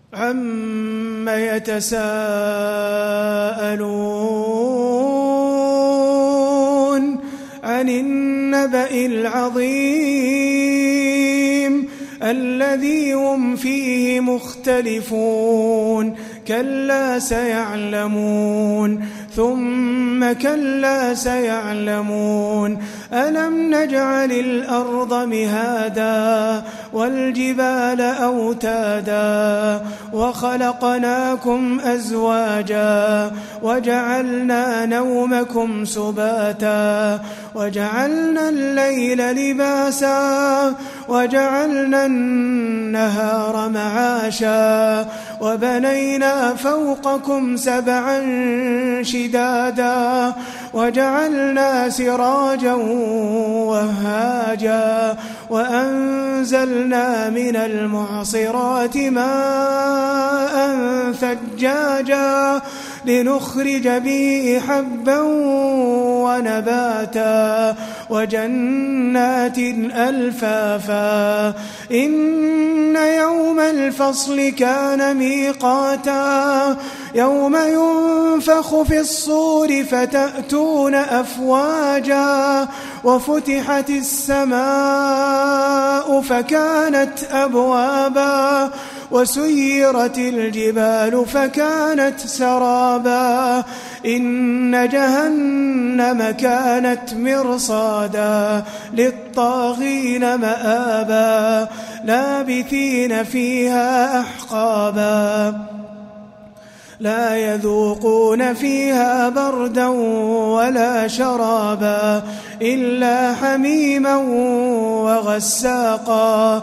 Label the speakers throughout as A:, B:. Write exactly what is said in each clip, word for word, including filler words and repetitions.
A: عَمَّ يتساءلون عن النبأ العظيم الذي هم فيه مختلفون كلا سيعلمون ثم كلا سيعلمون ألم نجعل الأرض مهادا والجبال أوتادا وخلقناكم أزواجا وجعلنا نومكم سباتا وجعلنا الليل لباسا وجعلنا النهار معاشا وبنينا فوقكم سبعا شدادا وجعلنا سراجا وهاجا وأنزلنا من المعصرات ماء ثجاجا لنخرج به حبا ونباتا وجنات ألفافا إن يوم الفصل كان ميقاتا يوم ينفخ في الصور فتأتون أفواجا وفتحت السماء فكانت أبوابا وسيرت الجبال فكانت سرابا إن جهنم كانت مرصادا للطاغين مآبا لابثين فيها أحقابا لا يذوقون فيها بردا ولا شرابا إلا حميما وغساقا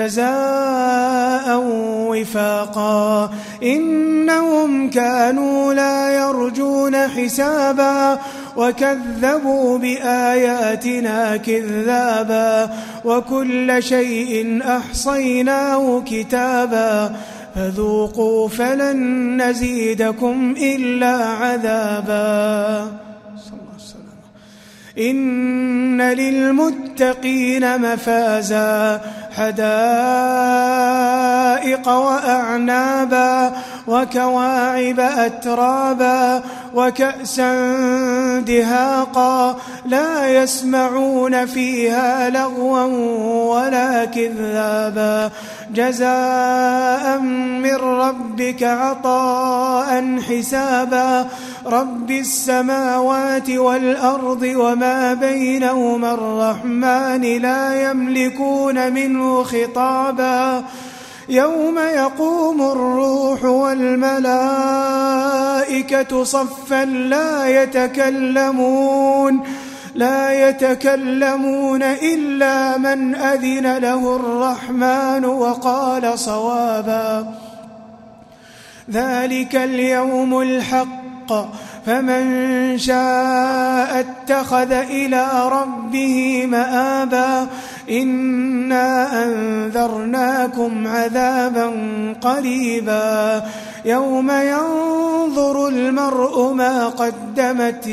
A: جزاء وفاقا إنهم كانوا لا يرجون حسابا وكذبوا بآياتنا كذابا وكل شيء أحصيناه كتابا فذوقوا فلن نزيدكم إلا عذابا. إن للمتقين مفازا حدائق وأعنابا وكواعب أترابا وكأسا دهاقا لا يسمعون فيها لغوا ولا كذابا جزاء من ربك عطاء حسابا رب السماوات والأرض وما بينهما الرحمن لا يملكون منه خطابا يوم يقوم الروح والملائكة صفا لا يتكلمون لا يتكلمون إلا من أذن له الرحمن وقال صوابا ذلك اليوم الحق فمن شاء اتخذ إلى ربه مآبا إنا أنذرناكم عذابا قريبا يوم ينظر المرء ما قدمت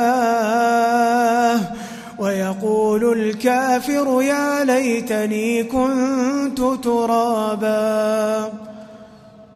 A: يداه ويقول الكافر يا ليتني كنت ترابا.